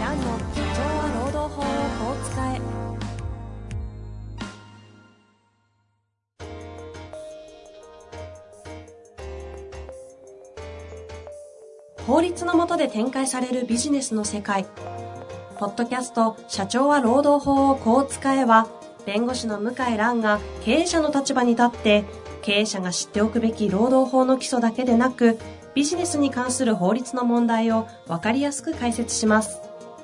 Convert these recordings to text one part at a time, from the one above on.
蘭の社長は労働法をこう使え。法律の下で展開されるビジネスの世界。ポッドキャスト社長は労働法をこう使えは、弁護士の向井蘭が経営者の立場に立って経営者が知っておくべき労働法の基礎だけでなく、ビジネスに関する法律の問題を分かりやすく解説します。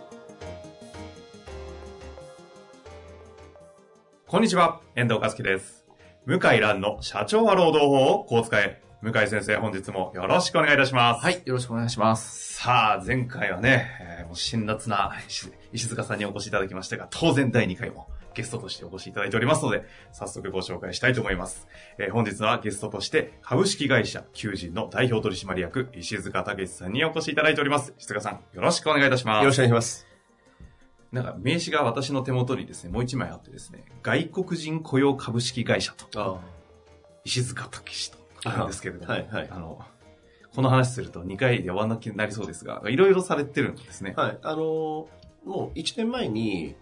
こんにちは、遠藤和樹です。向井蘭の社長は労働法をこう使え。向井先生、本日もよろしくお願いいたします。 はい、よろしくお願いします。 さあ、前回はね、もう辛辣な石塚さんにお越しいただきましたが、当然第2回もゲストとしてお越しいただいておりますので、早速ご紹介したいと思います。本日はゲストとして株式会社求人の代表取締役石塚武さんにお越しいただいております。石塚さん、よろしくお願いいたします。 よろしくお願いします。 なんか名刺が私の手元にですね、もう一枚あってですね、外国人雇用株式会社と石塚武とあるんですけれども、はいはい、この話すると2回で終わんなくなりそうですが、いろいろされてるんですね。 はい、もう1年前に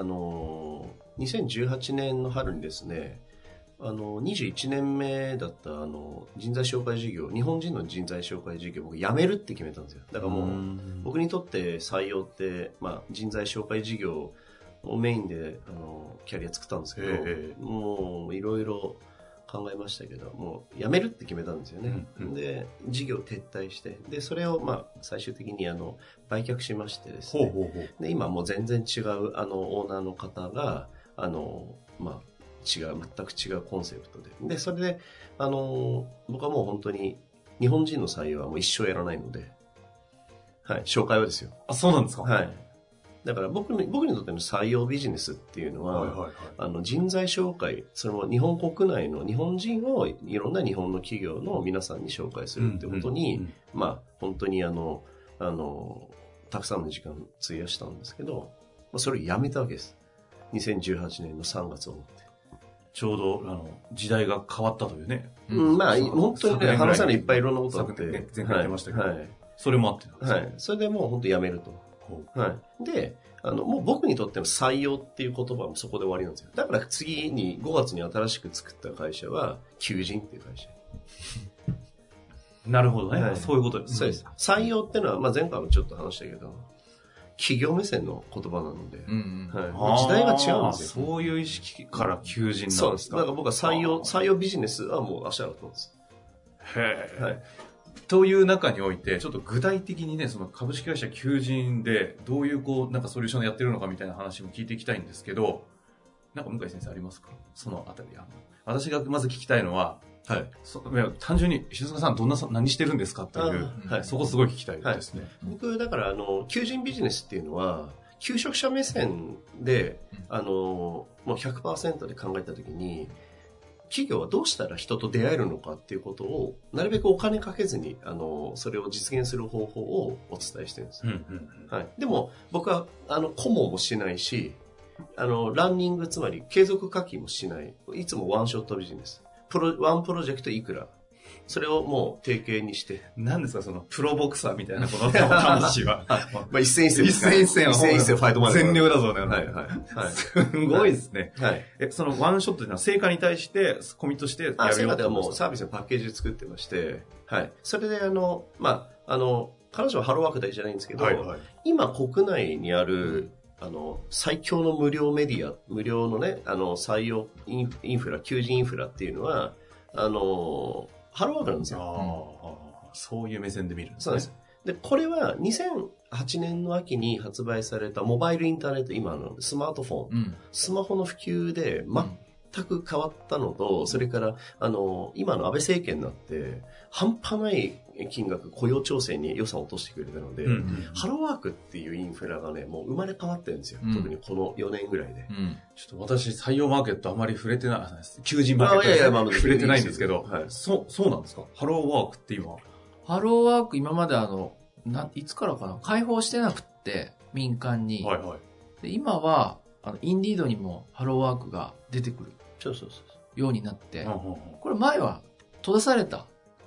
2018年の春にですね、21年目だった人材紹介事業、日本人の人材紹介事業を僕辞めるって決めたんですよ。だからもう僕にとって採用って、人材紹介事業をメインでキャリア作ったんですけど、もういろいろ考えましたけど、もう辞めるって決めたんですよね。で、事業撤退して、でそれを最終的に売却しましてですね。で今もう全然違うオーナーの方が全く違うコンセプトで、それで僕はもう本当に日本人の採用はもう一生やらないので、はい、紹介はですよ。 あ、そうなんですか。 はい。だから僕にとっての採用ビジネスっていうのは、人材紹介、それも日本国内の日本人をいろんな日本の企業の皆さんに紹介するってことに、本当にたくさんの時間費やしたんですけど、それをやめたわけです。2018年の3月をもって。 ちょうど時代が変わったというね。 本当にね、話さないいっぱいいろんなことあって。 前回言ってましたけど、それもあってたんですか。 はい。それでもう本当やめると。はい。で、もう僕にとっての採用っていう言葉もそこで終わりなんですよ。だから次に5月に新しく作った会社は求人っていう会社。 なるほどね。はい、そういうことです。 そうです。採用っていうのは、前回もちょっと話したけど、企業目線の言葉なので、時代が違うんですよ。 そういう意識から求人なんですか。そうです。 だから僕は採用ビジネスはもう足洗ってます。 へえ。はい。という中において、ちょっと具体的にね、その株式会社求人でどういうなんかソリューションでやってるのかみたいな話も聞いていきたいんですけど、なんか向井先生ありますか？そのあたり。私がまず聞きたいのは、はい。単純に石塚さん何してるんですかっていう、はい、そこすごい聞きたいですね。はい、 僕だから求人ビジネスっていうのは求職者目線でもう 100% で考えたときに、企業はどうしたら人と出会えるのかっていうことをなるべくお金かけずにそれを実現する方法をお伝えしてるんです。はい。でも僕は顧問もしないしランニング、つまり継続課金もしない。いつもワンショットビジネス。ワンプロジェクトいくら。それをもう定型にして。 何ですかそのプロボクサーみたいなこの話は。 一戦一戦。 一戦一戦ファイトまで。 全力だぞね。はい。すごいですね。 はい。 そのワンショットというのは成果に対してコミットしてやるよ。 成果ではもうサービスのパッケージで作ってまして、はい。それで彼女はハローワークだけじゃないんですけど、今国内にある最強の無料メディア、無料のね、採用インフラ、求人インフラっていうのは、ハローワークなんですよ。 そういう目線で見るんですね。 そうです。で、これは2008年の秋に発売されたモバイルインターネット、今スマートフォン、スマホの普及で全く変わったのと、それから今の安倍政権になって半端ない金額雇用調整に予算を落としてくれたので、ハローワークっていうインフラがねもう生まれ変わってるんですよ、特にこの4年ぐらいで、 ちょっと私採用マーケットあまり触れてない、求人マーケット触れてないんですけど、そうなんですか。ハローワークって今ハローワーク今までいつからかな開放してなくって民間に、で今はインディードにもハローワークが出てくるようになって、これ前は閉ざされた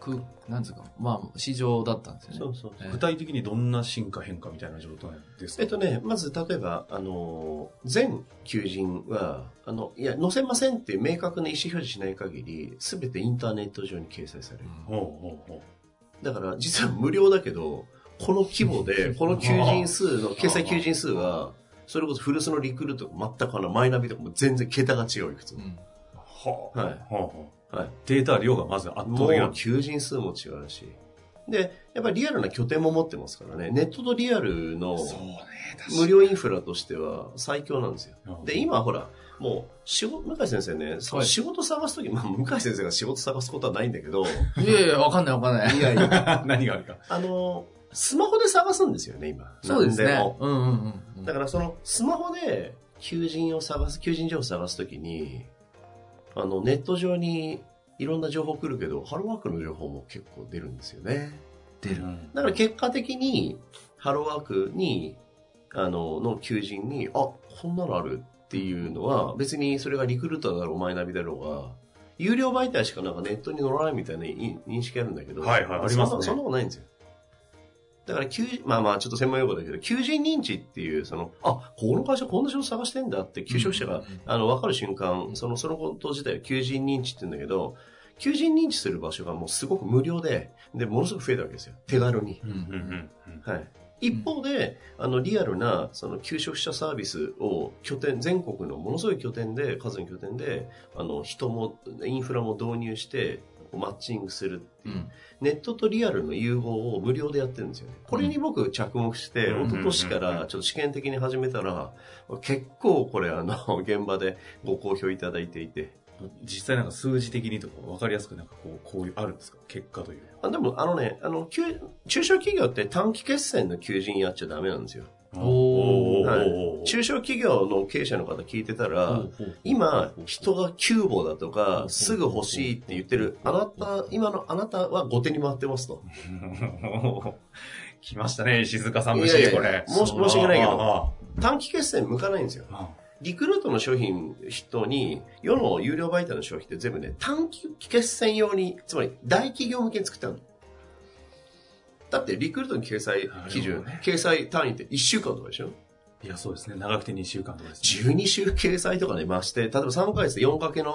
なんですか、まあ、市場だったんですよね。 そうそう。 具体的にどんな進化変化みたいな状態ですか？ まず例えば、全求人は、いや、載せませんっていう明確な意思表示しない限り、すべてインターネット上に掲載される。だから、実は無料だけど、この規模で、この求人数の、掲載求人数は、それこそ古巣のリクルートと全くマイナビとかも全然桁が違ういくつも。はい。 データ量がまず圧倒的な。 もう求人数も違うし。で、やっぱりリアルな拠点も持ってますからね。ネットとリアルの無料インフラとしては最強なんですよ。で、今ほら、もう向井先生ね、その仕事探すとき、まあ向井先生が仕事探すことはないんだけど。 いやいや、わかんない。 いやいや。 何があるか。 スマホで探すんですよね、今。 そうですね。 だからそのスマホで求人情報を探すときに、ネット上にいろんな情報来るけど、ハローワークの情報も結構出るんですよね。 出る。 だから結果的に、ハローワークに、の求人に、こんなのあるっていうのは、別にそれがリクルーターだろう、マイナビだろうが、有料媒体しかなんかネットに載らないみたいな認識あるんだけど、 はいはい、ありますね。 そんなことないんですよ。だから、まあちょっと専門用語だけど、求人認知っていう、この会社こんな仕事探してんだって、求職者が、分かる瞬間、そのこと自体は求人認知って言うんだけど、求人認知する場所がもうすごく無料で、ものすごく増えたわけですよ。手軽に。はい。一方で、リアルな、求職者サービスを全国のものすごい数の拠点で、人も、インフラも導入して、マッチングするっていう、ネットとリアルの融合を無料でやってるんですよね。これに僕着目して、一昨年からちょっと試験的に始めたら、結構これ現場でご好評いただいていて。 実際なんか数字的にとか分かりやすくなんかこういうあるんですか、結果という。 でも中小企業って短期決戦の求人やっちゃダメなんですよ。はい、中小企業の経営者の方聞いてたら、今人が急募だとかすぐ欲しいって言ってる今のあなたは後手に回ってますと。 来ましたね、石塚さん節、これ。 申し訳ないけど、短期決戦向かないんですよ。リクルートの商品に、世の有料媒体の商品って全部ね、短期決戦用に、つまり大企業向けに作ったの。だってリクルートの掲載基準、掲載単位って1週間とかでしょ？ いや、そうですね。長くて2週間とかですね。12週掲載とかね、まして、例えば3ヶ月で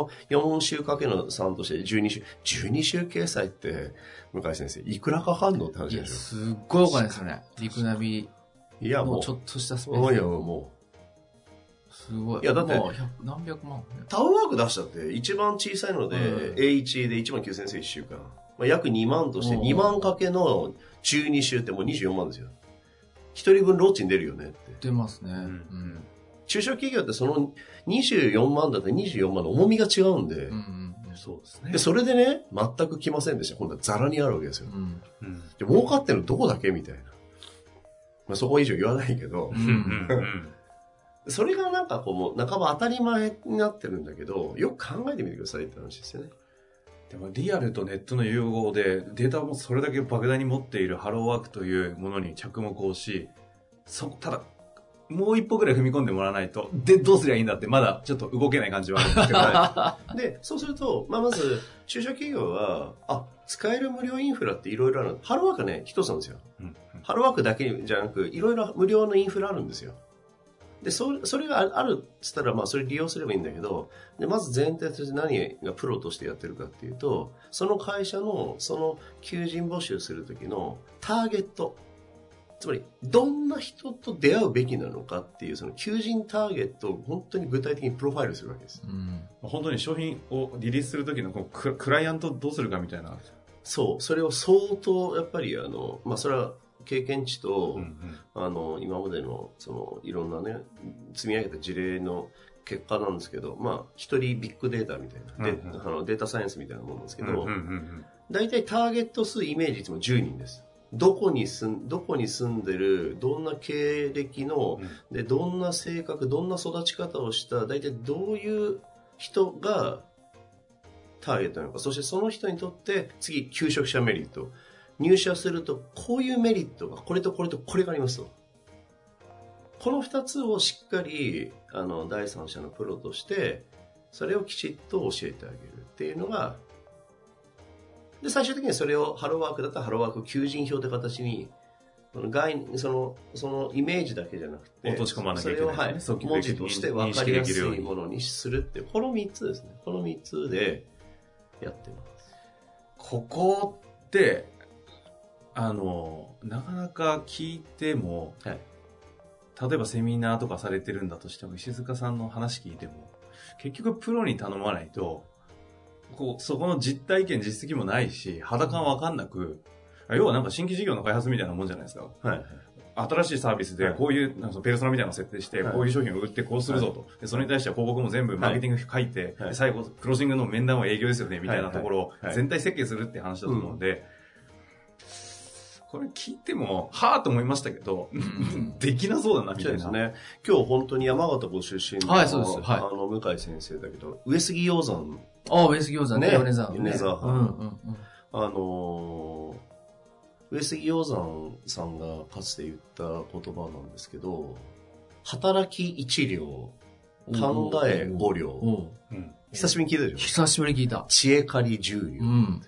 4週かけの3として12週掲載って、向井先生、いくらかかんのって話でしょ？ すっごいお金ですよね。リクナビのちょっとしたスペース。 いや、もう。 すごい。 いや、だって、 何百万、 タウンワーク出したって一番小さいので、A1 で1万9千円1週間。約2万として2万かけの12週ってもう24万ですよ。一人分ローチに出るよねって。 出ますね。 中小企業ってその24万だったら24万の重みが違うんで、 そうですね。 で、それでね、全く来ませんでした。今度はザラにあるわけですよ。で、儲かってるのどこだけみたいな。まあ、そこ以上言わないけど、それがなんかもう半ば当たり前になってるんだけど、よく考えてみてくださいって話ですよね。 でもリアルとネットの融合でデータもそれだけ莫大に持っているハローワークというものに着目をし、ただもう一歩ぐらい踏み込んでもらわないと、でどうすりゃいいんだってまだちょっと動けない感じはあるんですけど、 でそうすると、まず中小企業は使える無料インフラっていろいろある。ハローワークはね一つなんですよ。ハローワークだけじゃなくいろいろ無料のインフラあるんですよ。で、それがあるっつったら、まあ、それ利用すればいいんだけど、で、まず前提として何がプロとしてやってるかっていうと、その会社の、その求人募集するときのターゲット、つまり、どんな人と出会うべきなのかっていう、その求人ターゲットを本当に具体的にプロファイルするわけです。 本当に商品をリリースするときのクライアントどうするかみたいな。 そう、それを相当、やっぱり、まあ、それは、経験値と、今までのいろんなね積み上げた事例の結果なんですけど、まあ一人ビッグデータみたいな、データサイエンスみたいなものなんですけど、大体ターゲット数イメージいつも10人です。どこに住んでる、どんな経歴の、でどんな性格、どんな育ち方をした大体どういう人がターゲットなのか、そしてその人にとって次求職者メリット、入社するとこういうメリットがこれとこれとこれがありますと。この2つをしっかり第三者のプロとしてそれをきちっと教えてあげるっていうのがで、最終的にそれをハローワークだったらハローワーク求人票という形に、そのイメージだけじゃなくて、 落とし込まなきゃいけない、ね。 それを、文字として分かりやすいものにするっていう、この3つですね。この3つでやってます。 ここって、なかなか聞いても、はい、例えばセミナーとかされてるんだとしても、石塚さんの話聞いても、結局プロに頼まないと、そこの実体験、実績もないし、肌感わかんなく、要はなんか新規事業の開発みたいなもんじゃないですか。はい、新しいサービスでこういうなんかペルソナみたいなのを設定して、こういう商品を売ってこうするぞと。でそれに対しては広告も全部マーケティング書いて、最後クロージングの面談は営業ですよね、みたいなところを全体設計するって話だと思うので、これ聞いても、はぁと思いましたけど、できなそうだな、みたいな。そうですね。 今日本当に山形ご出身の、はい、そうです。はい、向井先生だけど、上杉鷹山。 上杉鷹山ね、米沢。 米沢藩。上杉鷹山さんがかつて言った言葉なんですけど、働き一両、考え五両。久しぶりに聞いたでしょ？ 久しぶりに聞いた。 知恵借り十両。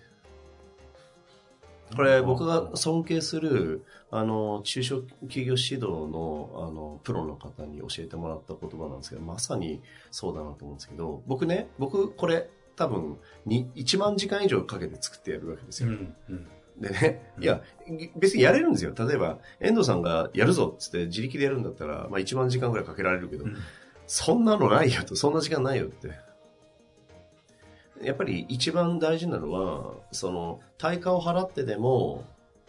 これ僕が尊敬する中小企業指導のプロの方に教えてもらった言葉なんですけど、まさにそうだなと思うんですけど、僕これ多分1万時間以上かけて作ってやるわけですよ。でね、いや別にやれるんですよ。例えば遠藤さんがやるぞっつって自力でやるんだったら、まあ、1万時間ぐらいかけられるけど、そんなのないよと、そんな時間ないよって。やっぱり一番大事なのは、対価を払ってでも、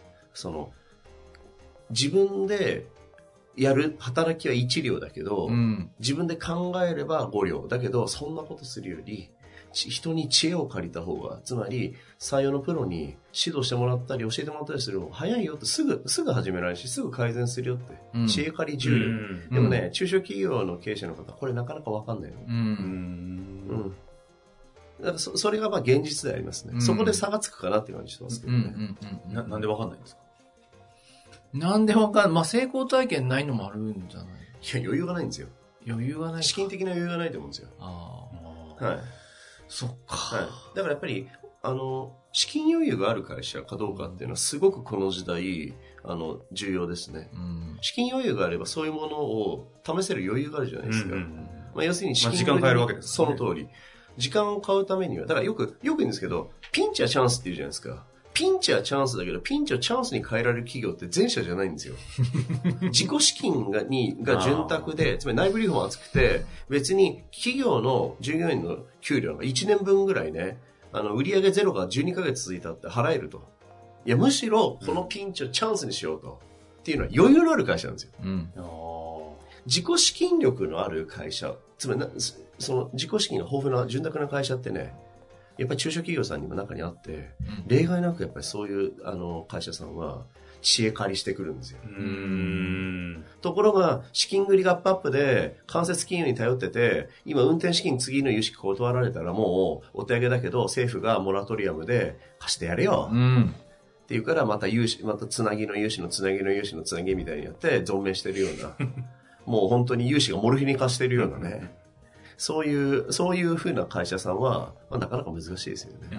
自分でやる働きは1両だけど、自分で考えれば5両。だけど、そんなことするより、人に知恵を借りた方が、つまり採用のプロに指導してもらったり教えてもらったりする方が早いよって、すぐ始められるし、すぐ改善するよって。知恵借り10両。でもね、中小企業の経営者の方、これなかなかわかんないの。だからそれがまあ現実でありますね。そこで差がつくかなっていう感じしてますけどね。 なんでわかんないんですか？ なんでわかんない。まあ成功体験ないのもあるんじゃない？いや、余裕がないんですよ。 余裕がない。 資金的な余裕がないと思うんですよ。はい。 そっか。 はい。だからやっぱり、資金余裕がある会社かどうかっていうのはすごくこの時代、重要ですね。資金余裕があればそういうものを試せる余裕があるじゃないですか。まあ要するに資金時間買えるわけですね。その通り。時間を買うためには、だからよく言うんですけど、ピンチはチャンスって言うじゃないですか。ピンチはチャンスだけど、ピンチをチャンスに変えられる企業って前者じゃないんですよ。自己資金が潤沢で、つまり内部留保も厚くて、別に企業の従業員の給料が1年分ぐらいね、売上ゼロが12ヶ月続いたって払えると。いや、むしろこのピンチをチャンスにしようと。っていうのは余裕のある会社なんですよ。自己資金力のある会社、つまりその自己資金が豊富な潤沢な会社ってね、やっぱり中小企業さんにも中にあって、例外なくやっぱりそういう会社さんは知恵借りしてくるんですよ。ところが資金繰りがアップアップで間接金融に頼ってて、今運転資金次の融資断られたらもうお手上げだけど政府がモラトリアムで貸してやれよ。っていうからまたつなぎの融資のつなぎの融資のつなぎみたいにやって存命してるような、もう本当に融資がモルヒネ化してるようなね。そういう風な会社さんは、まあ、なかなか難しいですよね。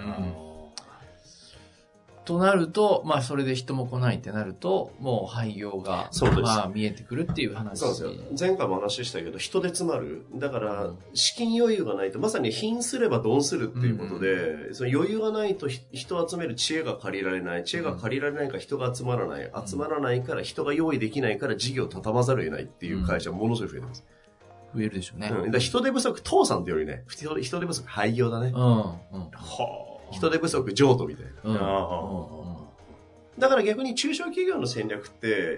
となると、まあそれで人も来ないってなると、もう廃業がまあ見えてくるっていう話。 そうですよ。前回も話したけど、人で詰まる。だから、資金余裕がないと、まさに貧すれば鈍するっていうことで、その余裕がないと人を集める知恵が借りられない。知恵が借りられないから人が集まらない。集まらないから人が用意できないから事業を畳まざるを得ないっていう会社ものすごい増えてます。 増えるでしょうね。 だ人手不足、倒産ってよりね、人手不足、廃業だね。人手不足、譲渡みたいな。だから逆に中小企業の戦略って、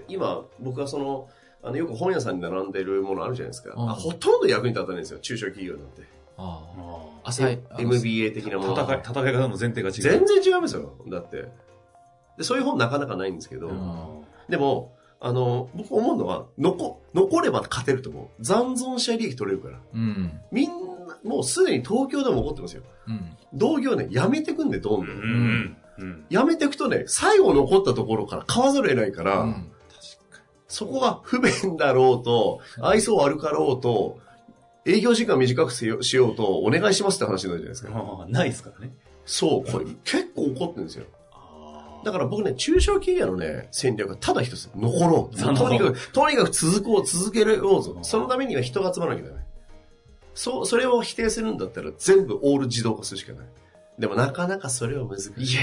今、僕はよく本屋さんに並んでるものあるじゃないですか。ほとんど役に立たないんですよ、中小企業なんて。MBA 的なもの。 戦い方の前提が違う。 全然違いますよ、だって。でそういう本なかなかないんですけど、でも、僕思うのは、残れば勝てると思う。残存者利益取れるから。みんな、もうすでに東京でも起こってますよ。同業ね、辞めてくんで、どんどん。辞めてくとね、最後残ったところから買わざるを得ないから、そこが不便だろうと、愛想悪かろうと、営業時間短くしようと、お願いしますって話になるじゃないですか。 ないですからね。 そう、これ結構起こってるんですよ。だから僕ね、中小企業のね、戦略はただ一つ、残ろう。とにかく続けるようぞ。そのためには人が集まらなきゃダメ。それを否定するんだったら全部オール自動化するしかない。でもなかなかそれは難しい。 いや。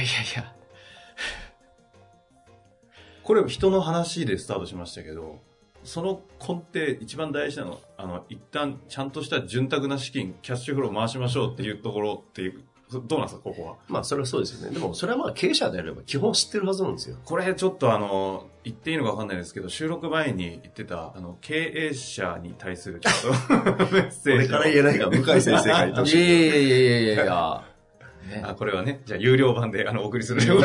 これ人の話でスタートしましたけど、その根底一番大事なの、一旦ちゃんとした潤沢な資金、キャッシュフロー回しましょうっていうところっていう、どうなんですか、ここは。 まあ、それはそうですよね。でも、それはまあ、経営者であれば基本知ってるはずなんですよ。 これちょっと言っていいのか分かんないですけど、収録前に言ってた、経営者に対するちょっとメッセージ。 これから言えないが、向井先生から言ってほしい。 いや。 ね、これはね、じゃあ有料版でお送りするように。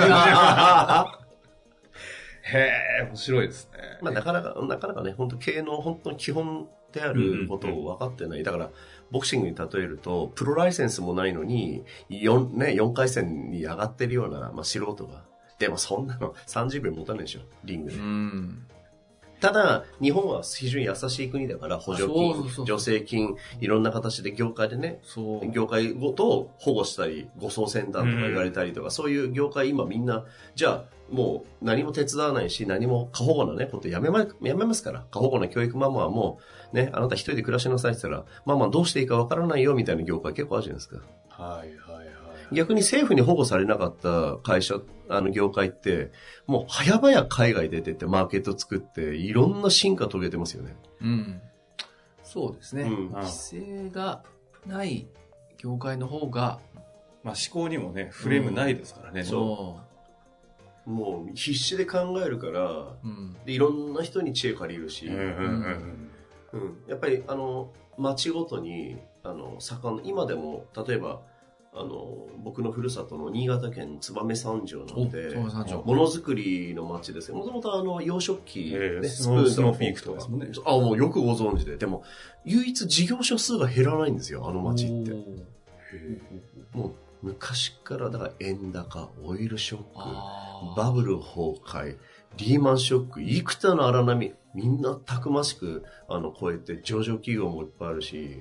へー、面白いですね。 まあ、なかなかね、本当経営の本当に基本であることを分かってない。だから、ボクシングに例えると、プロライセンスもないのに、4回戦に上がってるような、まあ、素人が。でもそんなの30秒持たないでしょ、リングで。ただ、日本は非常に優しい国だから、補助金、助成金、いろんな形で業界でね、業界ごとを保護したり、護送センターとか言われたりとか、そういう業界今みんな、じゃあ、もう何も手伝わないし、何も過保護なね、ことやめますから。過保護な教育ママはもう、ね、あなた一人で暮らしなさいって言ったら、ママどうしていいかわからないよみたいな業界結構あるじゃないですか。 はい。 逆に政府に保護されなかった会社、業界って、もう早々海外出てってマーケット作って、いろんな進化遂げてますよね。 そうですね。規制がない業界の方が、 まあ思考にもね、フレームないですからね。 もう必死で考えるから、でいろんな人に知恵借りるし、やっぱり町ごとに今でも例えば僕のふるさとの新潟県燕三条なんでものづくりの町ですよ。もともと養殖機、 スプーンとかフィークとかもうよくご存知で。でも唯一事業所数が減らないんですよ、あの町って。もう昔からだから円高、オイルショック、バブル崩壊、リーマンショック、幾多の荒波、みんなたくましく超えて上場企業もいっぱいあるし、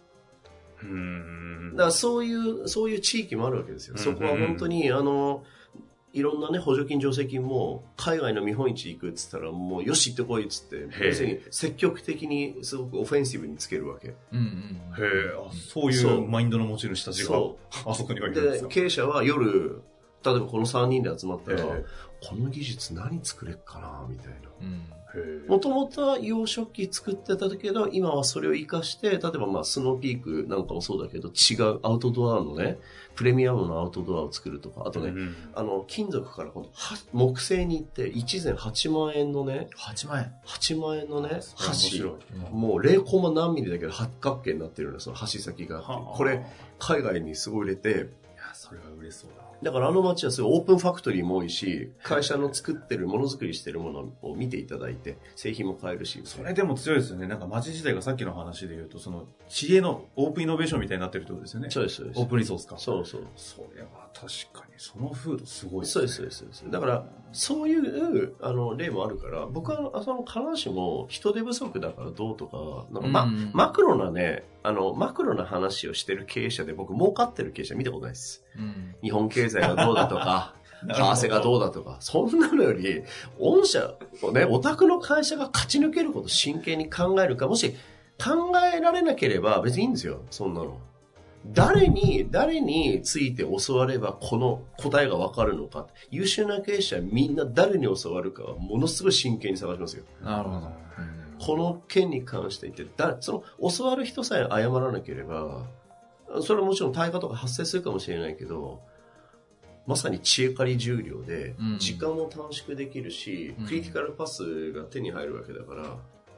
だからそういう地域もあるわけですよ。そこは本当にいろんなね、補助金、助成金も、海外の見本市行くっつったら、もうよし行ってこいっつって、要するに積極的にすごくオフェンシブにつけるわけ。 そういうマインドの持ち主たちが、あそこにはいるんですか。 で、経営者は夜、例えばこの3人で集まったら、この技術何作れっかなみたいな。もともとは養殖機作ってたけど、今はそれを活かして、例えばスノーピークなんかもそうだけど、違うアウトドアのね、プレミアムのアウトドアを作るとか、あとね、金属から今度木製に行って、一膳8万円のね、8万円のね、箸、もう0コマ何ミリだけど八角形になってるような、その箸先があって、これ、海外にすごい入れて、いや、 それは嬉しそうだ。 だから街はすごいオープンファクトリーも多いし、会社の作ってるものづくりしてるものを見ていただいて、製品も買えるし。 それでも強いですよね。なんか街自体がさっきの話で言うと、その知恵のオープンイノベーションみたいになってるってことですよね。 そうです、そうです。 オープンリソースか。 そうそう。 それは確かに、その風土すごいですね。そうです、そうです。だから、そういう例もあるから、僕は必ずしも人手不足だからどうとか、マクロなね、マクロな話をしてる経営者で僕儲かってる経営者見たことないです。日本経済がどうだとか、為替がどうだとか、そんなのより、御社をね、お宅の会社が勝ち抜けることを真剣に考えるか、もし考えられなければ別にいいんですよ、そんなの。誰について教わればこの答えがわかるのか。優秀な経営者はみんな誰に教わるかはものすごい真剣に探しますよ。 なるほど。 この件に関して言って、その教わる人さえ謝らなければ、それはもちろん対価とか発生するかもしれないけど、まさに知恵借り重量で、時間も短縮できるし、クリティカルパスが手に入るわけだから、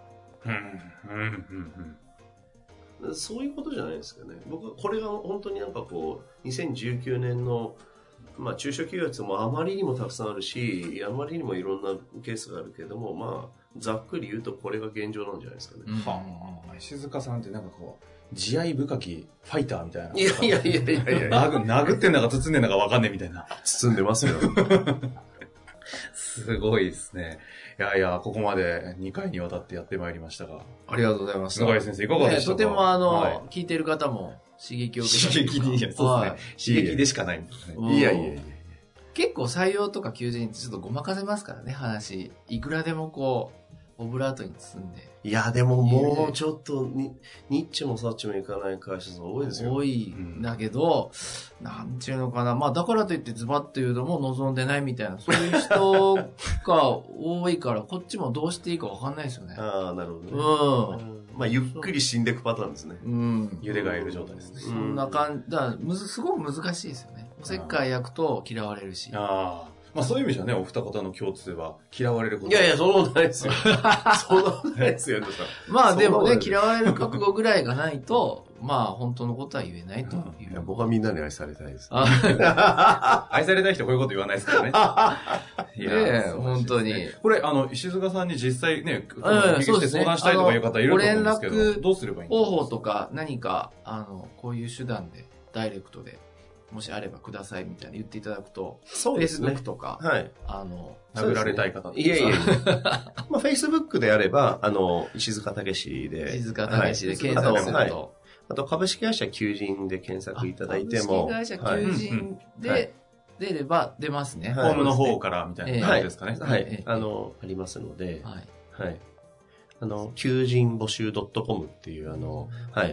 そういうことじゃないですかね。僕はこれが本当になんかこう、2019年の、中小企業もあまりにもたくさんあるし、あまりにもいろんなケースがあるけれども、ざっくり言うとこれが現状なんじゃないですかね。 石塚さんってなんかこう、慈愛深きファイターみたいな。 いや。 殴ってんだか包んでんだか分かんねえみたいな。 包んでますよ。 すごいですね。いや、ここまで2回にわたってやってまいりましたが。 ありがとうございます。 永井先生いかがでしたか？ とても聞いている方も、 刺激を受けたりとか。 刺激に、そうですね。刺激でしかないんですね。 いやいやいや。 結構採用とか求人ってちょっとごまかせますからね、話。いくらでもこう、オブラートに包んで。 いや、でももうちょっとニッチもサッチもいかない会社さん多いですよ。 多いんだけど、なんちゅうのかな。まあだからといってズバッと言うのも望んでないみたいな、そういう人が多いから、こっちもどうしていいか分かんないですよね。 ああ、なるほどね。まあゆっくり死んでいくパターンですね。 茹でがいる状態ですね。 そんな感じ、だからすごく難しいですよね。おせっかい焼くと嫌われるし。 まあそういう意味じゃね、お二方の共通は嫌われること。 いやいや、そんなことないですよ。そんなことないですよ。 まあでもね、嫌われる覚悟ぐらいがないと、まあ本当のことは言えないという。 いや、僕はみんなに愛されたいです。 愛されたい人こういうこと言わないですからね。 いや、本当に。 これ、石塚さんに実際ね、そうですね。相談したいとかいう方いると思うんですけど、どうすればいいんですか？ 方法とか何か、こういう手段で、ダイレクトで、もしあればくださいみたいな言っていただくと、 そうですね。 Facebook とか、 はい。殴られたい方。 いやいやまあ Facebook であれば、石塚武史で。 石塚武史で検索すると。 あと株式会社求人で検索いただいても。 株式会社求人で出れば出ますね。 ホームの方からみたいな感じですかね。 はい。ありますので。はい。求人募集 .com っていうはい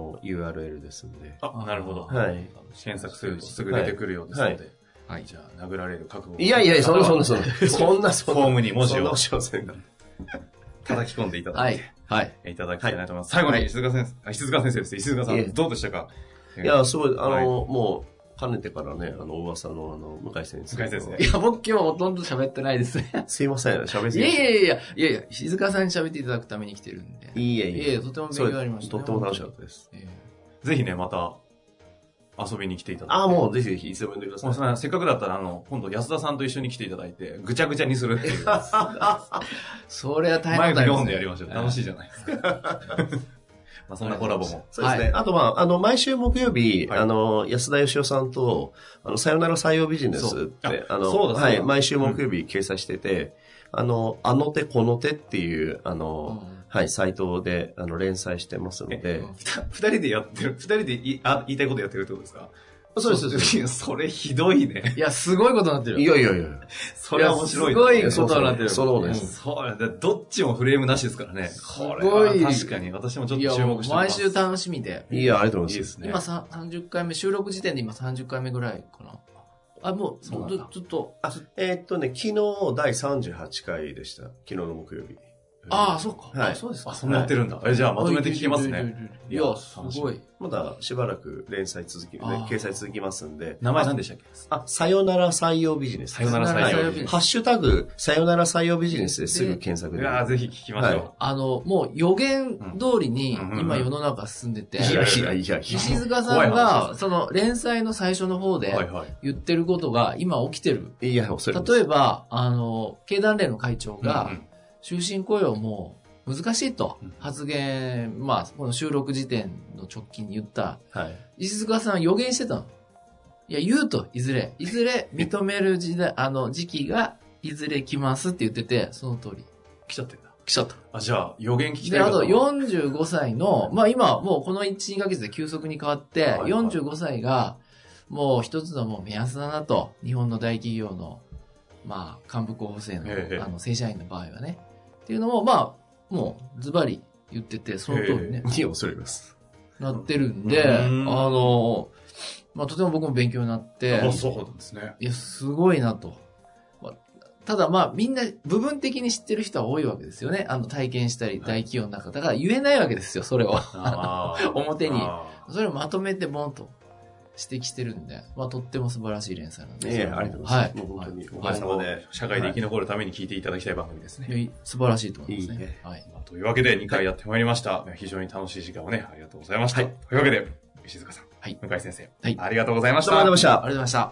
、URL ですんで。 なるほど。 はい。 検索するとすぐ出てくるようですので。はい。じゃあ、殴られる覚悟。 いやいや、そんな。フォームに文字をしませんが。 叩き込んでいただいて。 はい。 いただきたいなと思います。最後に石塚先生です。石塚さん、どうでしたか？ いや、すごい、もう、かねてからね、噂の向井先生。 いや、僕今日ほとんど喋ってないですね。 すいません、喋っていや、石塚さんに喋っていただくために来てるんで。 いえ、 とても勉強になりました。 とっても楽しかったです。 ぜひね、また、遊びに来ていただいて。 もうぜひぜひ、いつでも呼んでください。 せっかくだったら、今度安田さんと一緒に来ていただいて、ぐちゃぐちゃにするっていう。 それは大変だ。前読んでやりましょう。楽しいじゃないですか。まあそんなコラボも。 そうですね。あと毎週木曜日、安田義雄さんと、さよなら採用ビジネスって、はい、毎週木曜日掲載してて、あの手この手っていう、はい、サイトで、連載してますので。 二人で言いたいことやってるってことですか？ そうです。 それひどいね。 いや、すごいことになってる。 いや。 それは面白い。 すごいことになってる。 そのことです。 そうどっちもフレームなしですからね。 これは確かに、私もちょっと注目してます。 毎週楽しみで。 いや、ありがとうございます。 いいですね。 今30回目、収録時点で今30回目ぐらいかな。もう、ずっと。 昨日第38回でした。昨日の木曜日。 そうか。 はい。 そうですか。 そんなやってるんだ。じゃあまとめて聞けますね。 いや、すごい。 まだしばらく連載掲載続きますんで。 名前何でしたっけ？ さよなら採用ビジネス。 さよなら採用ビジネス。 ハッシュタグ、さよなら採用ビジネスですぐ検索で。 いやぜひ聞きましょう。もう予言通りに今世の中進んでて。 いや。 石塚さんが、その連載の最初の方で言ってることが今起きてる。 いや、 例えば、経団連の会長が、終身雇用も難しいと発言、この収録時点の直近に言った、石塚さんは予言してたの。いや、言うと、いずれ認める時期がいずれ来ますって言ってて、その通り。 来ちゃってんだ。 来ちゃった。 じゃあ、予言聞きたいで、あと45歳の、今、もうこの1、2ヶ月で急速に変わって、45歳が、もう一つのもう目安だなと、日本の大企業の、幹部候補生の、正社員の場合はね。っていうのも、もう、ズバリ言ってて、その通りね。 恐れます。 なってるんで、とても僕も勉強になって。 そうなんですね。 いや、すごいなと。ただみんな部分的に知ってる人は多いわけですよね。体験したり大企業の中。だから言えないわけですよ、それを。表に。それをまとめてボンと指摘してるんで、とっても素晴らしい連載なんですよ。 ありがとうございます。もう本当におかげさまで社会で生き残るために聞いていただきたい番組ですね。 素晴らしいと思いますね。 というわけで2回やってまいりました。非常に楽しい時間をね、ありがとうございました。というわけで、石塚さん、向井先生、ありがとうございました。 ありがとうございました。 ありがとうございました。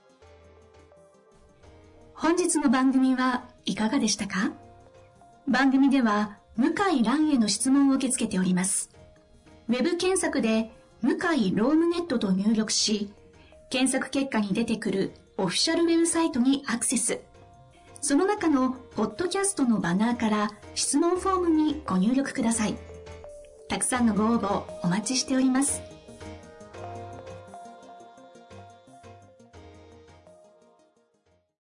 本日の番組はいかがでしたか？番組では向井蘭への質問を受け付けております。ウェブ検索で向井ロームネットと入力し、検索結果に出てくるオフィシャルウェブサイトにアクセス。その中のポッドキャストのバナーから質問フォームにご入力ください。たくさんのご応募お待ちしております。